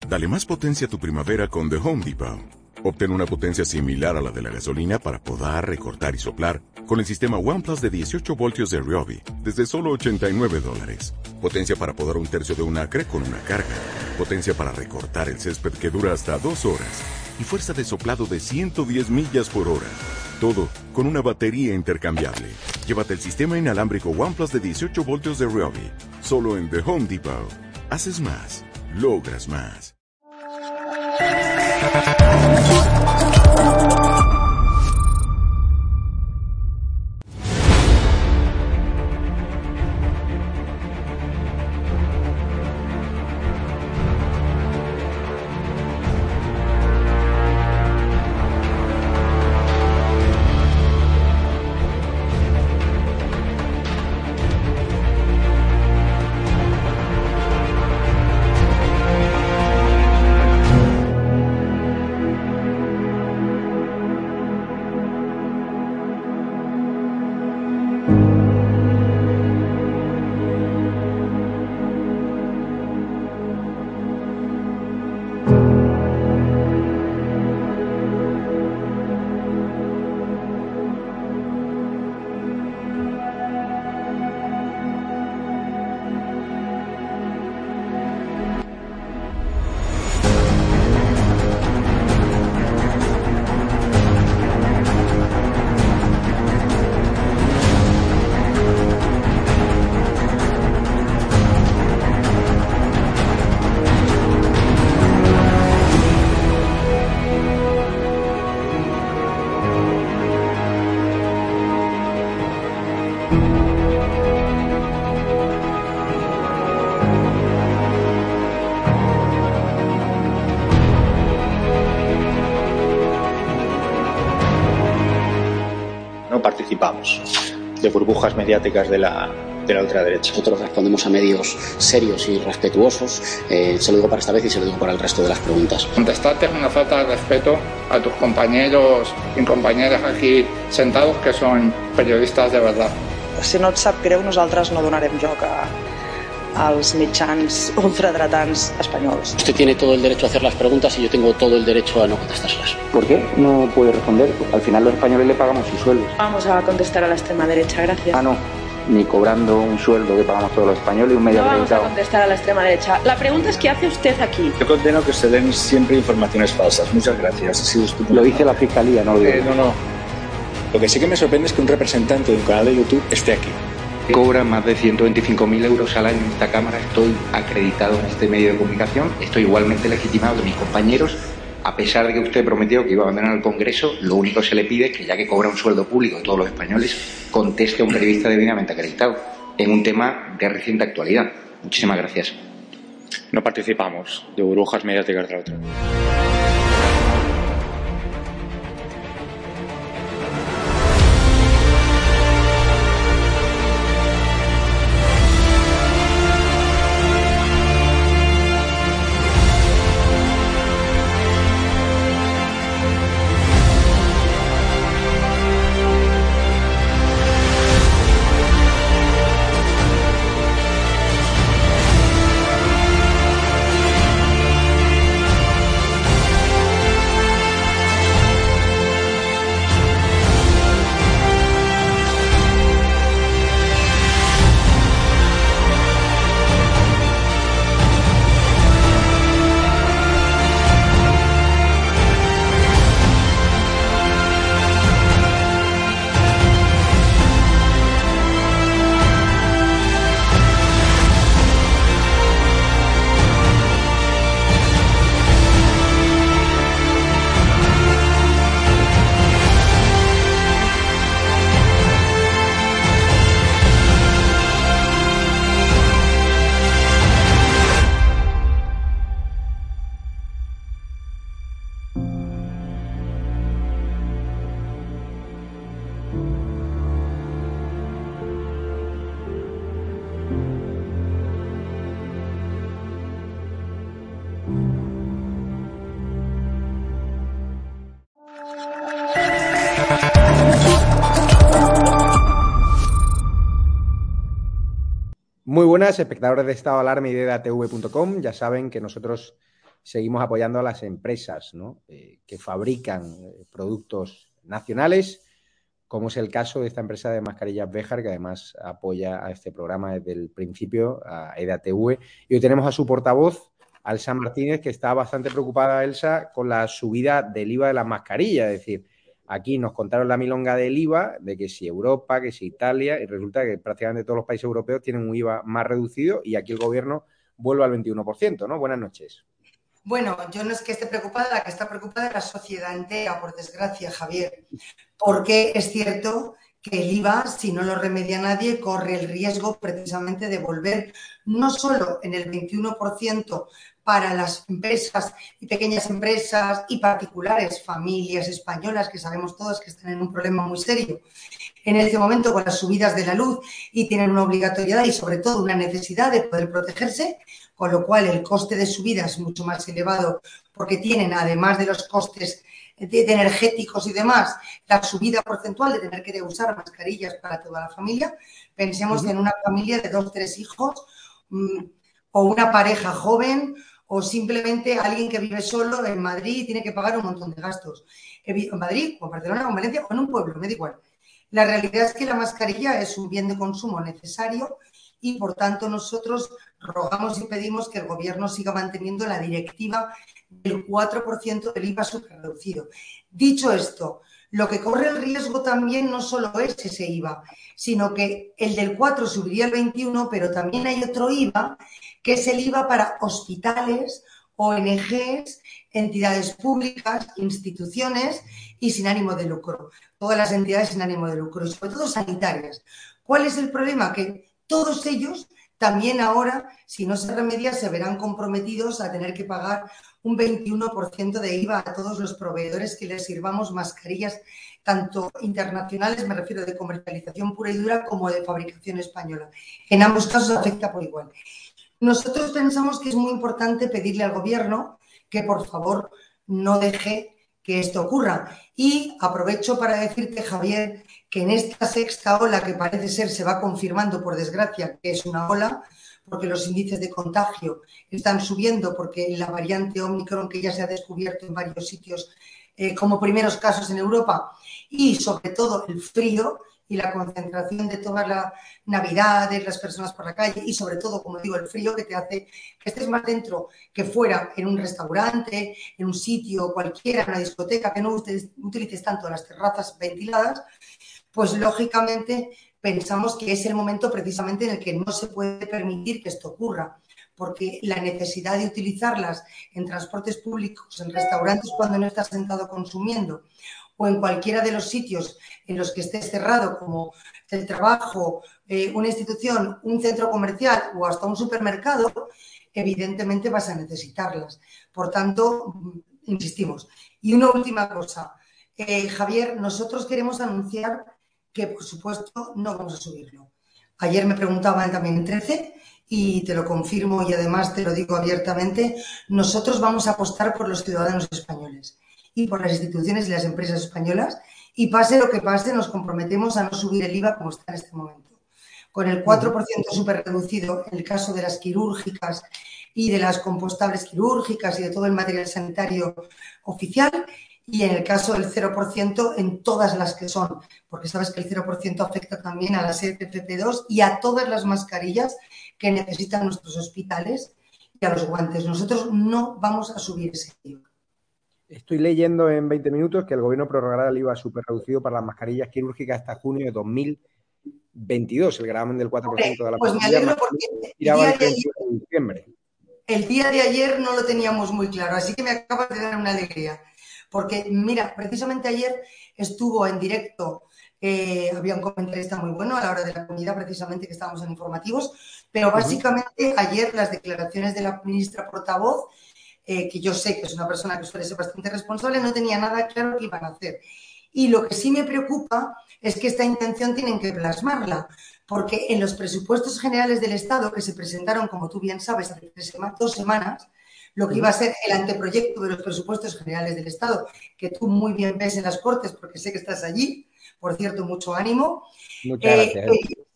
Dale más potencia a tu primavera con The Home Depot. Obtén una potencia similar a la de la gasolina para podar, recortar y soplar con el sistema OnePlus de 18 voltios de Ryobi desde solo $89. Potencia para podar un tercio de un acre con una carga. Potencia para recortar el césped que dura hasta 2 horas. Y fuerza de soplado de 110 millas por hora. Todo con una batería intercambiable. Llévate el sistema inalámbrico OnePlus de 18 voltios de Ryobi. Solo en The Home Depot. Haces más. Logras más. Participamos de burbujas mediáticas de la ultraderecha. Nosotros respondemos a medios serios y respetuosos. Se lo digo para esta vez y se lo digo para el resto de las preguntas. Contestarte es una falta de respeto a tus compañeros y compañeras aquí sentados que son periodistas de verdad. Si no et sap greu, nosaltres no donarem joc als mitjans ultradretans espanyols. Usted tiene todo el derecho a hacer las preguntas y yo tengo todo el derecho a no contestárselas. ¿Por qué no puede responder? Al final los españoles le pagamos sus sueldos. Vamos a contestar a la extrema derecha, gracias. Ah, no. Ni cobrando un sueldo que pagamos todos los españoles y un medio acreditado. No vamos a contestar a la extrema derecha. La pregunta es ¿qué hace usted aquí? Yo condeno que se den siempre informaciones falsas. Muchas gracias. Ha sido estupendo. Lo dice la Fiscalía, no lo digo. No. Lo que sí que me sorprende es que un representante de un canal de YouTube esté aquí. Cobra más de 125.000 euros al año en esta Cámara. Estoy acreditado en este medio de comunicación. Estoy igualmente legitimado de mis compañeros. A pesar de que usted prometió que iba a abandonar el Congreso, lo único que se le pide es que, ya que cobra un sueldo público de todos los españoles, conteste a un periodista debidamente acreditado en un tema de reciente actualidad. Muchísimas gracias. No participamos de burbujas mediáticas de la ultraderecha. Muy buenas, espectadores de Estado de Alarma y de EDATV.com. Ya saben que nosotros seguimos apoyando a las empresas, ¿no? Que fabrican productos nacionales, como es el caso de esta empresa de mascarillas Béjar, que además apoya a este programa desde el principio, a EDATV. Y hoy tenemos a su portavoz, Elsa Martínez, que está bastante preocupada, Elsa, con la subida del IVA de las mascarillas. Es decir, aquí nos contaron la milonga del IVA, de que si Europa, que si Italia, y resulta que prácticamente todos los países europeos tienen un IVA más reducido y aquí el gobierno vuelve al 21%, ¿no? Buenas noches. Bueno, yo no es que esté preocupada, la que está preocupada es la sociedad entera, por desgracia, Javier, porque es cierto que el IVA, si no lo remedia nadie, corre el riesgo precisamente de volver no solo en el 21% para las empresas y pequeñas empresas y particulares, familias españolas que sabemos todos que están en un problema muy serio en este momento con las subidas de la luz y tienen una obligatoriedad y sobre todo una necesidad de poder protegerse, con lo cual el coste de subida es mucho más elevado porque tienen, además de los costes de energéticos y demás, la subida porcentual de tener que usar mascarillas para toda la familia. Pensemos en una familia de 2 o 3 hijos o una pareja joven o simplemente alguien que vive solo en Madrid y tiene que pagar un montón de gastos. En Madrid, o en Barcelona, o en Valencia, o en un pueblo, me da igual. La realidad es que la mascarilla es un bien de consumo necesario y, por tanto, nosotros rogamos y pedimos que el Gobierno siga manteniendo la directiva del 4% del IVA superreducido. Dicho esto, lo que corre el riesgo también no solo es ese IVA, sino que el del 4 subiría al 21, pero también hay otro IVA, que es el IVA para hospitales, ONGs, entidades públicas, instituciones y sin ánimo de lucro. Todas las entidades sin ánimo de lucro y sobre todo sanitarias. ¿Cuál es el problema? Que todos ellos también ahora, si no se remedia, se verán comprometidos a tener que pagar un 21% de IVA a todos los proveedores que les sirvamos mascarillas, tanto internacionales, me refiero de comercialización pura y dura, como de fabricación española. En ambos casos afecta por igual. Nosotros pensamos que es muy importante pedirle al Gobierno que, por favor, no deje que esto ocurra. Y aprovecho para decirte, Javier, que en esta sexta ola, que parece ser se va confirmando, por desgracia, que es una ola, porque los índices de contagio están subiendo, porque la variante Omicron, que ya se ha descubierto en varios sitios como primeros casos en Europa, y sobre todo el frío y la concentración de todas las navidades, las personas por la calle y sobre todo, como digo, el frío que te hace que estés más dentro que fuera en un restaurante, en un sitio cualquiera, en una discoteca, que no utilices tanto las terrazas ventiladas, pues lógicamente pensamos que es el momento precisamente en el que no se puede permitir que esto ocurra, porque la necesidad de utilizarlas en transportes públicos, en restaurantes cuando no estás sentado consumiendo, o en cualquiera de los sitios en los que estés cerrado, como el trabajo, una institución, un centro comercial o hasta un supermercado, evidentemente vas a necesitarlas. Por tanto, insistimos. Y una última cosa. Javier, nosotros queremos anunciar que, por supuesto, no vamos a subirlo. Ayer me preguntaban también en 13 y te lo confirmo y además te lo digo abiertamente, nosotros vamos a apostar por los ciudadanos españoles y por las instituciones y las empresas españolas y pase lo que pase nos comprometemos a no subir el IVA como está en este momento. Con el 4% súper reducido en el caso de las quirúrgicas y de las compostables quirúrgicas y de todo el material sanitario oficial y en el caso del 0% en todas las que son, porque sabes que el 0% afecta también a las FFP2 y a todas las mascarillas que necesitan nuestros hospitales y a los guantes. Nosotros no vamos a subir ese IVA. Estoy leyendo en 20 minutos que el Gobierno prorrogará el IVA súper reducido para las mascarillas quirúrgicas hasta junio de 2022, el gravamen del 4% de la pues me alegro porque el día de ayer no lo teníamos muy claro, así que me acabas de dar una alegría. Porque, mira, precisamente ayer estuvo en directo, había un comentarista muy bueno a la hora de la comida, precisamente que estábamos en informativos, pero básicamente ayer las declaraciones de la ministra portavoz, que yo sé que es una persona que suele ser bastante responsable, no tenía nada claro qué iban a hacer. Y lo que sí me preocupa es que esta intención tienen que plasmarla, porque en los presupuestos generales del Estado, que se presentaron, como tú bien sabes, hace 2 semanas, lo que iba a ser el anteproyecto de los presupuestos generales del Estado, que tú muy bien ves en las Cortes, porque sé que estás allí, por cierto, mucho ánimo. Muchas gracias.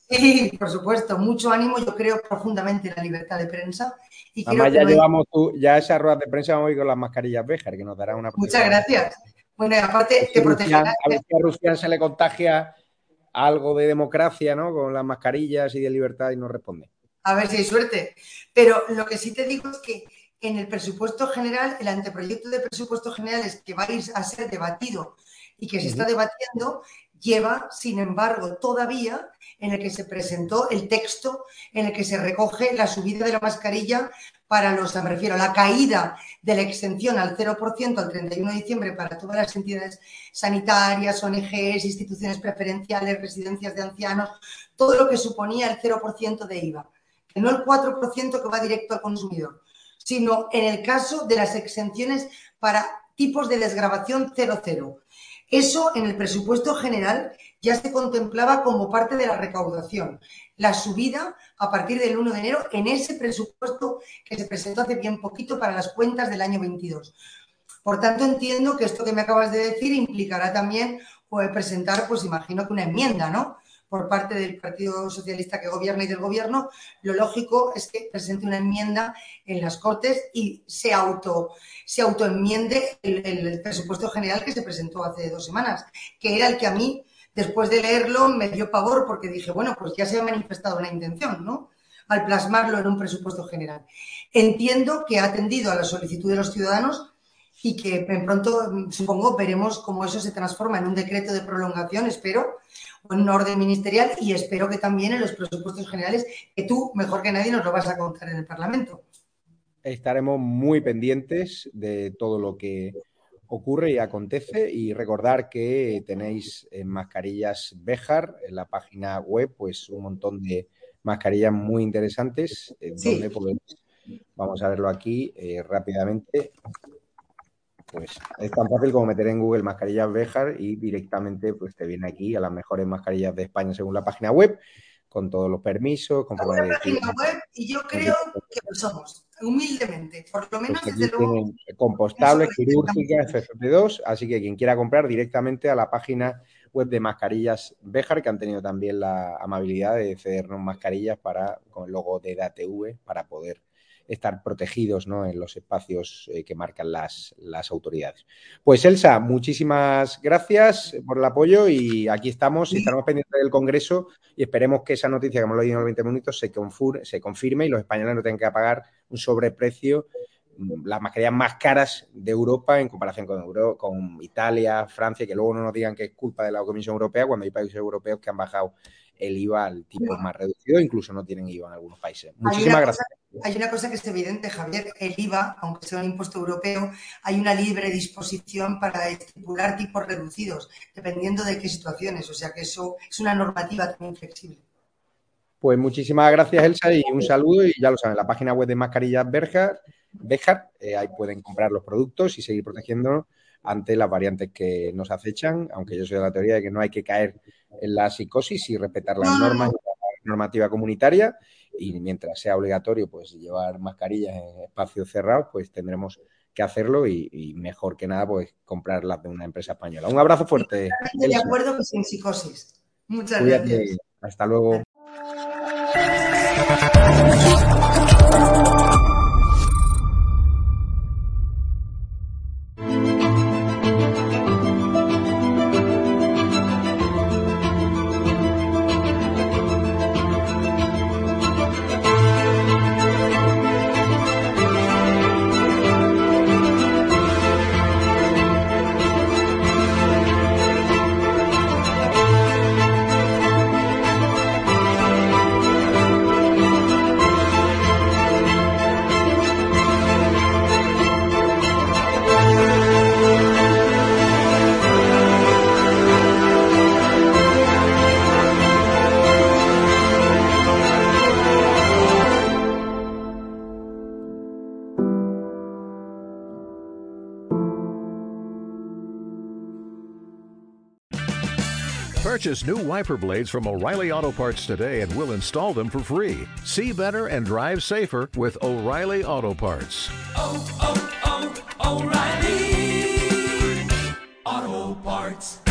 Sí, por supuesto, mucho ánimo. Yo creo profundamente en la libertad de prensa. Y además, ya llevamos ya esas ruedas de prensa, vamos a ir con las mascarillas Béjar, que nos dará una protección. Muchas gracias. Bueno, y aparte te protegerá. A ver si a Rufián se le contagia algo de democracia, ¿no? Con las mascarillas y de libertad y no responde. A ver si hay suerte. Pero lo que sí te digo es que en el presupuesto general, el anteproyecto de presupuestos generales que va a ser debatido y que se está debatiendo, lleva, sin embargo, todavía en el que se presentó el texto en el que se recoge la subida de la mascarilla para me refiero a la caída de la exención al 0% al 31 de diciembre para todas las entidades sanitarias, ONGs, instituciones preferenciales, residencias de ancianos, todo lo que suponía el 0% de IVA. Que no el 4% que va directo al consumidor, sino en el caso de las exenciones para tipos de desgravación 0,0. Eso en el presupuesto general ya se contemplaba como parte de la recaudación. La subida a partir del 1 de enero en ese presupuesto que se presentó hace bien poquito para las cuentas del año 22. Por tanto, entiendo que esto que me acabas de decir implicará también presentar, pues imagino que una enmienda, ¿no?, por parte del Partido Socialista que gobierna y del Gobierno. Lo lógico es que presente una enmienda en las Cortes y se autoenmiende el presupuesto general que se presentó hace 2 semanas, que era el que a mí, después de leerlo, me dio pavor porque dije, bueno, pues ya se ha manifestado una intención, ¿no?, al plasmarlo en un presupuesto general. Entiendo que ha atendido a la solicitud de los ciudadanos y que pronto, supongo, veremos cómo eso se transforma en un decreto de prolongación, espero, o en una orden ministerial, y espero que también en los presupuestos generales, que tú, mejor que nadie, nos lo vas a contar en el Parlamento. Estaremos muy pendientes de todo lo que ocurre y acontece, y recordar que tenéis en Mascarillas Béjar, en la página web, pues un montón de mascarillas muy interesantes, donde podéis, vamos a verlo aquí rápidamente. Pues es tan fácil como meter en Google Mascarillas Béjar y directamente pues te viene aquí a las mejores mascarillas de España según la página web, con todos los permisos, con forma de página web, y yo creo que lo somos, humildemente, por lo menos pues desde luego. Compostables, quirúrgicas, FFP2, así que quien quiera comprar directamente a la página web de Mascarillas Béjar, que han tenido también la amabilidad de cedernos mascarillas con el logo de DATV para poder estar protegidos, ¿no?, en los espacios que marcan las autoridades. Pues Elsa, muchísimas gracias por el apoyo y aquí estamos, estaremos pendientes del Congreso y esperemos que esa noticia que hemos leído en los 20 minutos se confirme y los españoles no tengan que pagar un sobreprecio, las mascarillas más caras de Europa en comparación con Italia, Francia, que luego no nos digan que es culpa de la Comisión Europea cuando hay países europeos que han bajado el IVA al tipo más reducido, incluso no tienen IVA en algunos países. Muchísimas gracias. Hay una cosa que es evidente, Javier, el IVA, aunque sea un impuesto europeo, hay una libre disposición para estipular tipos reducidos, dependiendo de qué situaciones, o sea que eso es una normativa también flexible. Pues muchísimas gracias, Elsa, y un saludo, y ya lo saben, la página web de Mascarillas Béjar, ahí pueden comprar los productos y seguir protegiéndonos ante las variantes que nos acechan, aunque yo soy de la teoría de que no hay que caer en la psicosis y respetar las normas y la normativa comunitaria, y mientras sea obligatorio pues llevar mascarillas en espacios cerrados, pues tendremos que hacerlo y mejor que nada pues comprarlas de una empresa española. Un abrazo fuerte. De acuerdo que sin psicosis. Muchas gracias. Hasta luego. Purchase new wiper blades from O'Reilly Auto Parts today and we'll install them for free. See better and drive safer with O'Reilly Auto Parts. O'Reilly Auto Parts.